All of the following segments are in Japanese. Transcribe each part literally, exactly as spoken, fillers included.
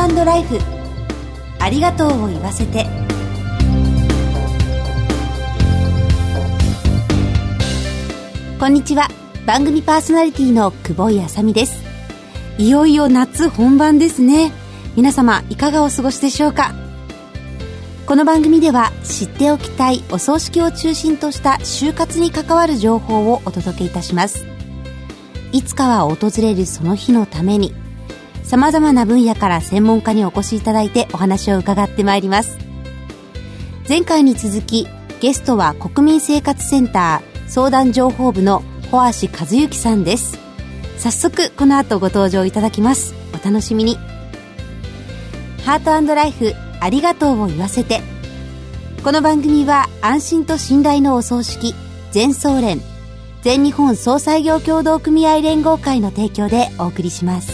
ト&ライフ、ありがとうを言わせて。こんにちは、番組パーソナリティの久保井あさみです。いよいよ夏本番ですね。皆様いかがお過ごしでしょうか。この番組では知っておきたいお葬式を中心とした就活に関わる情報をお届けいたします。いつかは訪れるその日のために、様々な分野から専門家にお越しいただいてお話を伺ってまいります。前回に続き、ゲストは国民生活センター相談情報部の保橋和幸さんです。早速この後ご登場いただきます。お楽しみに。ハート&ライフ、ありがとうを言わせて。この番組は安心と信頼のお葬式全総連全日本葬祭業協同組合連合会の提供でお送りします。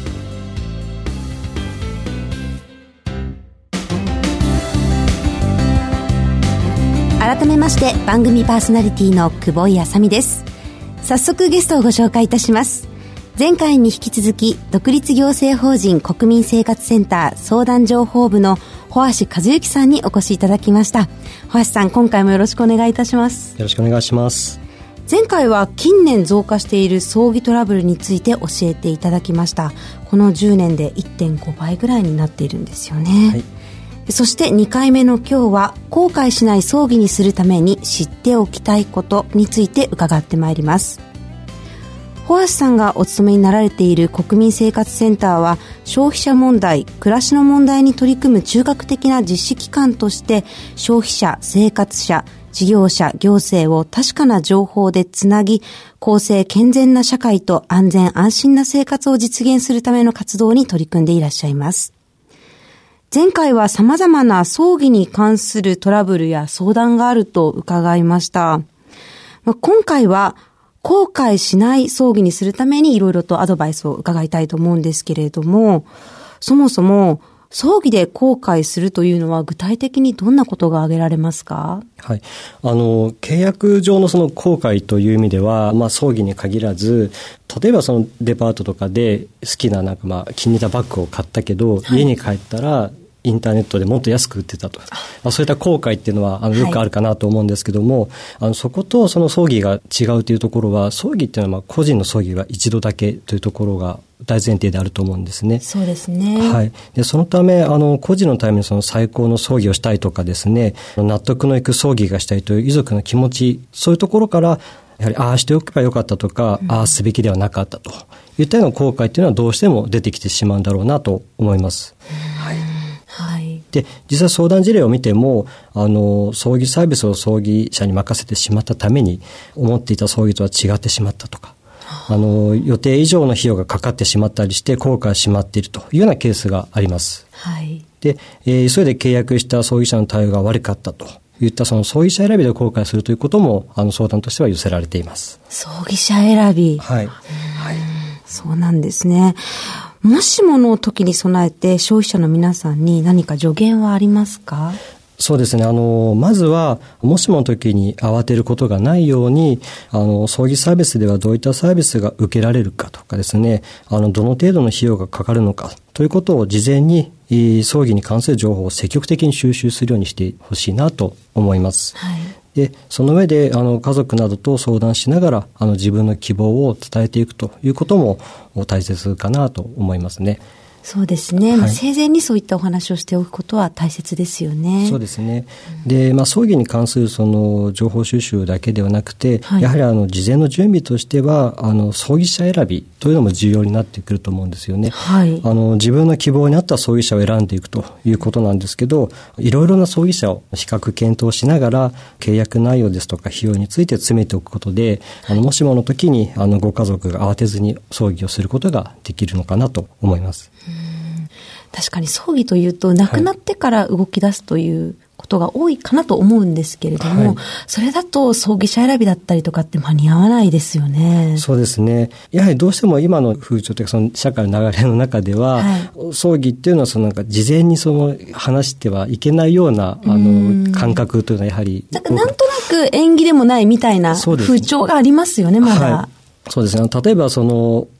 改めまして番組パーソナリティの久保井あさみです。早速ゲストをご紹介いたします。前回に引き続き独立行政法人国民生活センター相談情報部の保橋和幸さんにお越しいただきました。保橋さん、今回もよろしくお願いいたします。 よろしくお願いします。 前回は近年増加している葬儀トラブルについて教えていただきました。このじゅうねんで いってんご 倍ぐらいになっているんですよね、はい。そしてにかいめの今日は後悔しない葬儀にするために知っておきたいことについて伺ってまいります。保橋さんがお勤めになられている国民生活センターは、消費者問題、暮らしの問題に取り組む中核的な実施機関として、消費者、生活者、事業者、行政を確かな情報でつなぎ、公正健全な社会と安全安心な生活を実現するための活動に取り組んでいらっしゃいます。前回は様々な葬儀に関するトラブルや相談があると伺いました。今回は後悔しない葬儀にするためにいろいろとアドバイスを伺いたいと思うんですけれども、そもそも葬儀で後悔するというのは具体的にどんなことが挙げられますか？ はい、あの契約上のその後悔という意味では、まあ、葬儀に限らず、例えばそのデパートとかで好きななんかまあ気に入ったバッグを買ったけど、はい、家に帰ったらインターネットでもっと安く売ってたと、まあ、そういった後悔っていうのはあのよくあるかなと思うんですけども、はい、あのそことその葬儀が違うというところは、葬儀っていうのはまあ個人の葬儀は一度だけというところが大前提であると思うんですね。 そうですね。 はい。で、そのため、あの、個人のためにその最高の葬儀をしたいとかですね、納得のいく葬儀がしたいという遺族の気持ち、そういうところから、やはり、ああしておけばよかったとか、うん、ああすべきではなかったといったような後悔っていうのはどうしても出てきてしまうんだろうなと思います。はい。はい。で、実際相談事例を見ても、あの、葬儀サービスを葬儀者に任せてしまったために、思っていた葬儀とは違ってしまったとか、あの予定以上の費用がかかってしまったりして後悔してしまっているというようなケースがあります。はい。で、えー、急いで契約した葬儀者の対応が悪かったといったその葬儀者選びで後悔するということもあの相談としては寄せられています。 葬儀者選び。はい。はい。そうなんですね。もしもの時に備えて消費者の皆さんに何か助言はありますか？ そうですね。あの、まずは、もしもの時に慌てることがないように、あの、葬儀サービスではどういったサービスが受けられるかとかですね、あの、どの程度の費用がかかるのかということを事前に、葬儀に関する情報を積極的に収集するようにしてほしいなと思います。はい。で、その上で、あの、家族などと相談しながら、あの、自分の希望を伝えていくということも大切かなと思いますね。 そうですね、はい、まあ、生前にそういったお話をしておくことは大切ですよね。 そうですね、うん、で、まあ、葬儀に関するその情報収集だけではなくて、はい、やはりあの事前の準備としてはあの葬儀者選びというのも重要になってくると思うんですよね、はい、あの自分の希望に合った葬儀者を選んでいくということなんですけど、いろいろな葬儀者を比較検討しながら契約内容ですとか費用について詰めておくことで、あのもしもの時にあのご家族が慌てずに葬儀をすることができるのかなと思います。うん、 確かに葬儀というと亡くなってから動き出すということが多いかなと思うんですけれども、はい、それだと葬儀者選びだったりとかって間に合わないですよね。 そうですね。やはりどうしても今の風潮というかその社会の流れの中では、はい、葬儀っていうのはそのなんか事前にその話してはいけないようなあの感覚というのはやはりなんかなんとなく縁起でもないみたいな風潮がありますよね、まだ。 はい、そうですね。例えばその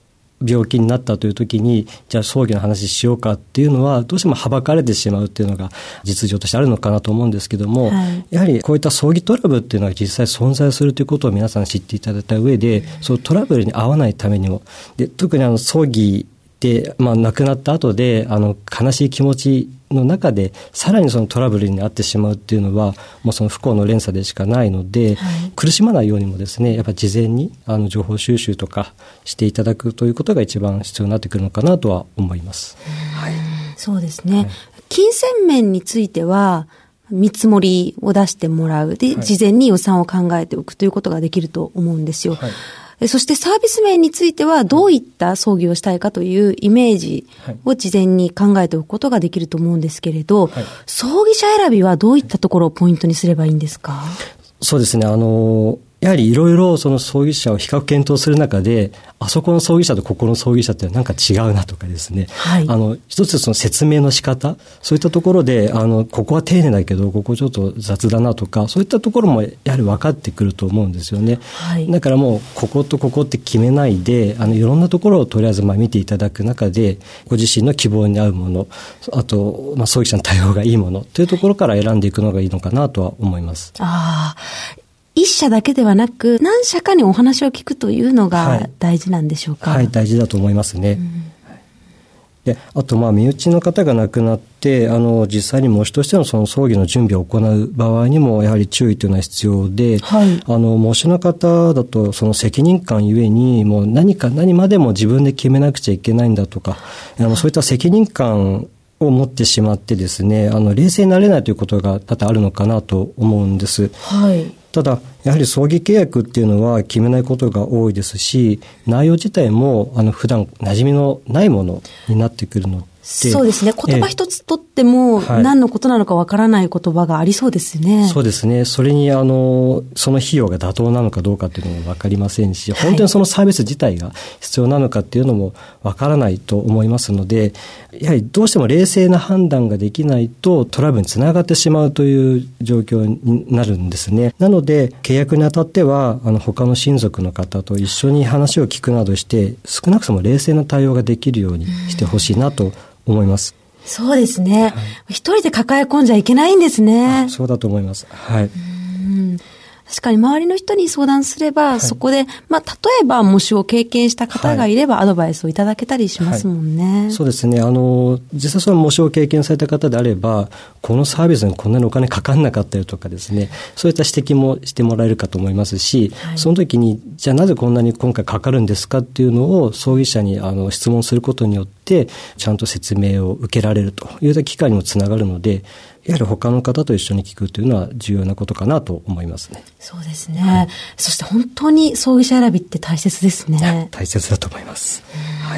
病気になったという時に、じゃあ葬儀の話しようかっていうのはどうしてもはばかれてしまうっていうのが実情としてあるのかなと思うんですけども、はい、やはりこういった葬儀トラブルっていうのは実際存在するということを皆さん知っていただいた上で、そのトラブルに遭わないためにも、で特にあの葬儀で、まあ、亡くなった後であの悲しい気持ちの中でさらにそのトラブルに遭ってしまうっていうのはもうその不幸の連鎖でしかないので、はい、苦しまないようにもですね、やっぱり事前にあの情報収集とかしていただくということが一番必要になってくるのかなとは思います。 はい、そうですね、はい、金銭面については見積もりを出してもらうで、はい、事前に予算を考えておくということができると思うんですよ。はい、そしてサービス面についてはどういった葬儀をしたいかというイメージを事前に考えておくことができると思うんですけれど、はい、葬儀者選びはどういったところをポイントにすればいいんですか？ そうですね、あのやはりいろいろその葬儀者を比較検討する中で、あそこの葬儀者とここの葬儀者ってなんか違うなとかですね、はい、あの一つその説明の仕方、そういったところであのここは丁寧だけどここちょっと雑だなとか、そういったところもやはり分かってくると思うんですよね。はい、だからもうこことここって決めないで、あのいろんなところをとりあえずまあ見ていただく中で、ご自身の希望に合うもの、あとまあ葬儀者の対応がいいものというところから選んでいくのがいいのかなとは思います。 ああ、一社だけではなく何社かにお話を聞くというのが大事なんでしょうか？ はい、はい、大事だと思いますね。うん、であとまあ身内の方が亡くなってあの実際に喪主としてのその葬儀の準備を行う場合にもやはり注意というのは必要で、はい、あの喪主の方だとその責任感ゆえにもう何か何までも自分で決めなくちゃいけないんだとか、あのそういった責任感を持ってしまってですね、あの冷静になれないということが多々あるのかなと思うんです。はい、ただやはり葬儀契約っていうのは決めないことが多いですし、内容自体もあの普段馴染みのないものになってくるので、 そうですね、言葉一つとっても何のことなのかわからない言葉がありそうですね。 そうですね、それにあのその費用が妥当なのかどうかっていうのもわかりませんし、本当にそのサービス自体が必要なのかっていうのもわからないと思いますので、やはりどうしても冷静な判断ができないとトラブルにつながってしまうという状況になるんですね。なので契約にあたってはあの他の親族の方と一緒に話を聞くなどして少なくとも冷静な対応ができるようにしてほしいなと思います。 そうですね、はい、一人で抱え込んじゃいけないんですね。 そうだと思います。はい。 うん、確かに周りの人に相談すれば、はい、そこで、まあ、例えば喪主を経験した方がいれば、はい、アドバイスをいただけたりしますもんね。はい、 そうですね、あの実際その喪主を経験された方であれば、このサービスにこんなにお金かかんなかったよとかですね、そういった指摘もしてもらえるかと思いますし、はい、その時にじゃあなぜこんなに今回かかるんですかっていうのを葬儀者にあの質問することによってちゃんと説明を受けられるという機会にもつながるので、やはり他の方と一緒に聞くというのは重要なことかなと思いますね。 そうですね、はい、そして本当に葬儀者選びって大切ですね。 大切だと思います。はい、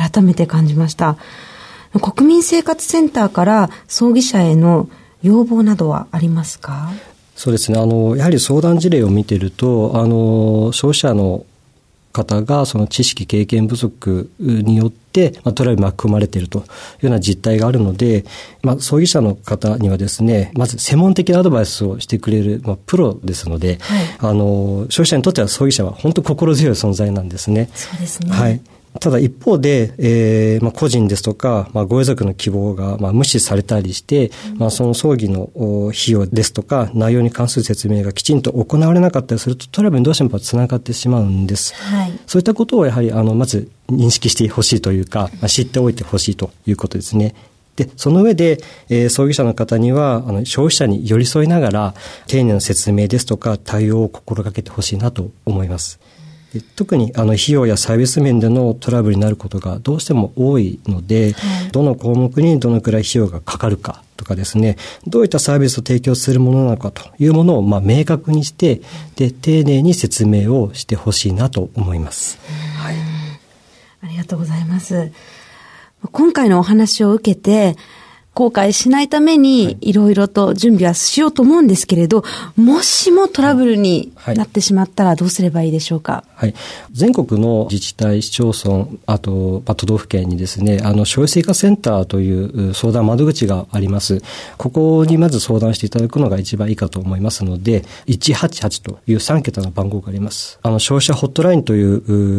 改めて感じました。国民生活センターから葬儀者への要望などはありますか？ そうですね、あのやはり相談事例を見ていると、あの消費者の方がその知識経験不足によって、まあ、トラブルに巻き込まれているというような実態があるので、まあ、葬儀者の方にはですね、まず専門的なアドバイスをしてくれる、まあ、プロですので、はい、あの消費者にとっては葬儀者は本当心強い存在なんですね。 そうですね。 はい。ただ一方で、えーまあ、個人ですとか、まあ、ご遺族の希望が、まあ、無視されたりして、うん、まあ、その葬儀の費用ですとか内容に関する説明がきちんと行われなかったりするとトラブルにどうしてもつながってしまうんです。はい、そういったことをやはりあのまず認識してほしいというか、まあ、知っておいてほしいということですね。でその上で、えー、葬儀者の方にはあの消費者に寄り添いながら丁寧な説明ですとか対応を心がけてほしいなと思います。で特にあの費用やサービス面でのトラブルになることがどうしても多いので、はい、どの項目にどのくらい費用がかかるかとかですね、どういったサービスを提供するものなのかというものをまあ明確にして、で丁寧に説明をしてほしいなと思います。はい、 ありがとうございます。今回のお話を受けて後悔しないためにいろいろと準備はしようと思うんですけれど、もしもトラブルになってしまったらどうすればいいでしょうか？ はい、全国の自治体、市町村、あと、まあ、都道府県にですね、あの消費生活センターという相談窓口があります。ここにまず相談していただくのが一番いいかと思いますので、いちはちはちというさん桁の番号があります。あの消費者ホットラインという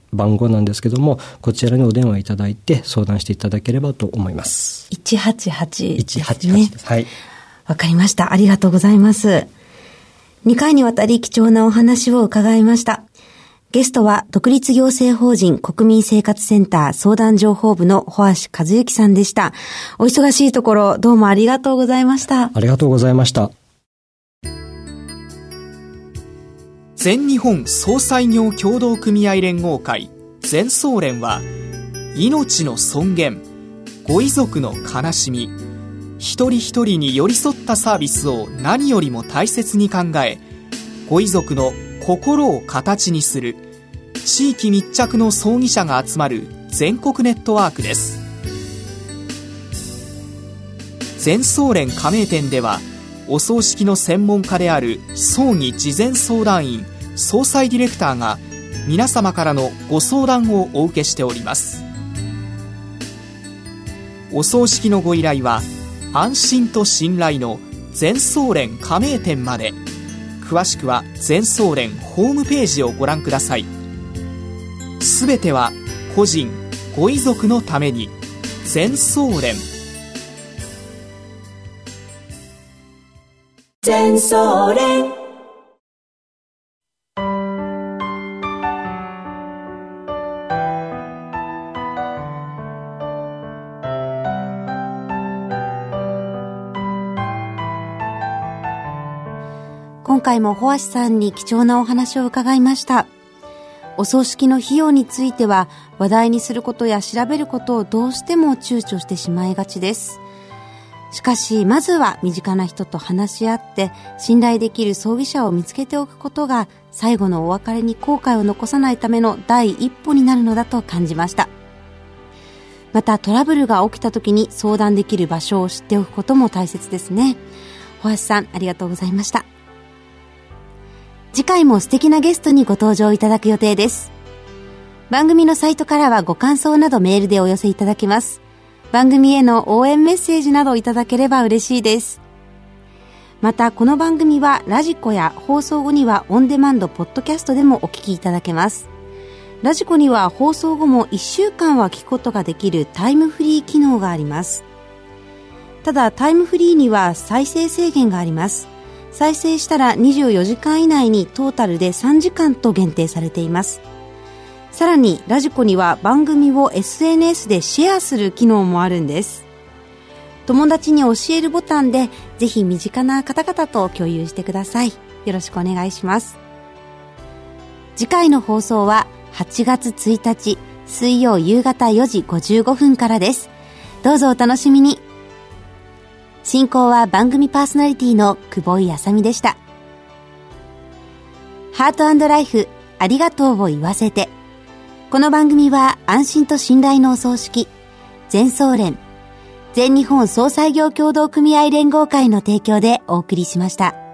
番号なんですけども、こちらにお電話いただいて相談していただければと思います。 いちはちはちですね。いちはちはちです。 はい。 わかりました。ありがとうございます。にかいにわたり貴重なお話を伺いました。ゲストは独立行政法人国民生活センター相談情報部の保橋和幸さんでした。お忙しいところどうもありがとうございました。 ありがとうございました。 全日本総裁業協同組合連合会全総連は、命の尊厳、ご遺族の悲しみ、一人一人に寄り添ったサービスを何よりも大切に考え、ご遺族の心を形にする地域密着の葬儀社が集まる全国ネットワークです。全総連加盟店では、お葬式の専門家である葬儀事前相談員、葬祭ディレクターが皆様からのご相談をお受けしております。お葬式のご依頼は安心と信頼の全総連加盟店まで。詳しくは全総連ホームページをご覧ください。すべては個人ご遺族のために。全総連。全総連。 今回も保橋さんに貴重なお話を伺いました。お葬式の費用については話題にすることや調べることをどうしても躊躇してしまいがちです。しかしまずは身近な人と話し合って信頼できる葬儀社を見つけておくことが最後のお別れに後悔を残さないための第一歩になるのだと感じました。またトラブルが起きた時に相談できる場所を知っておくことも大切ですね。保橋さんありがとうございました。次回も素敵なゲストにご登場いただく予定です。番組のサイトからはご感想などメールでお寄せいただけます。番組への応援メッセージなどいただければ嬉しいです。またこの番組はラジコや放送後にはオンデマンドポッドキャストでもお聞きいただけます。ラジコには放送後もいっしゅうかんは聞くことができるタイムフリー機能があります。ただタイムフリーには再生制限があります。再生したらにじゅうよじかん以内にトータルでさんじかんと限定されています。さらにラジコには番組を エスエヌエス でシェアする機能もあるんです。友達に教えるボタンでぜひ身近な方々と共有してください。よろしくお願いします。次回の放送ははちがつついたち水曜夕方よじごじゅうごふんからです。どうぞお楽しみに。進行は番組パーソナリティの久保井あさみでした。ハート&ライフありがとうを言わせて。この番組は安心と信頼のお葬式、全総連、全日本葬祭業協同組合連合会の提供でお送りしました。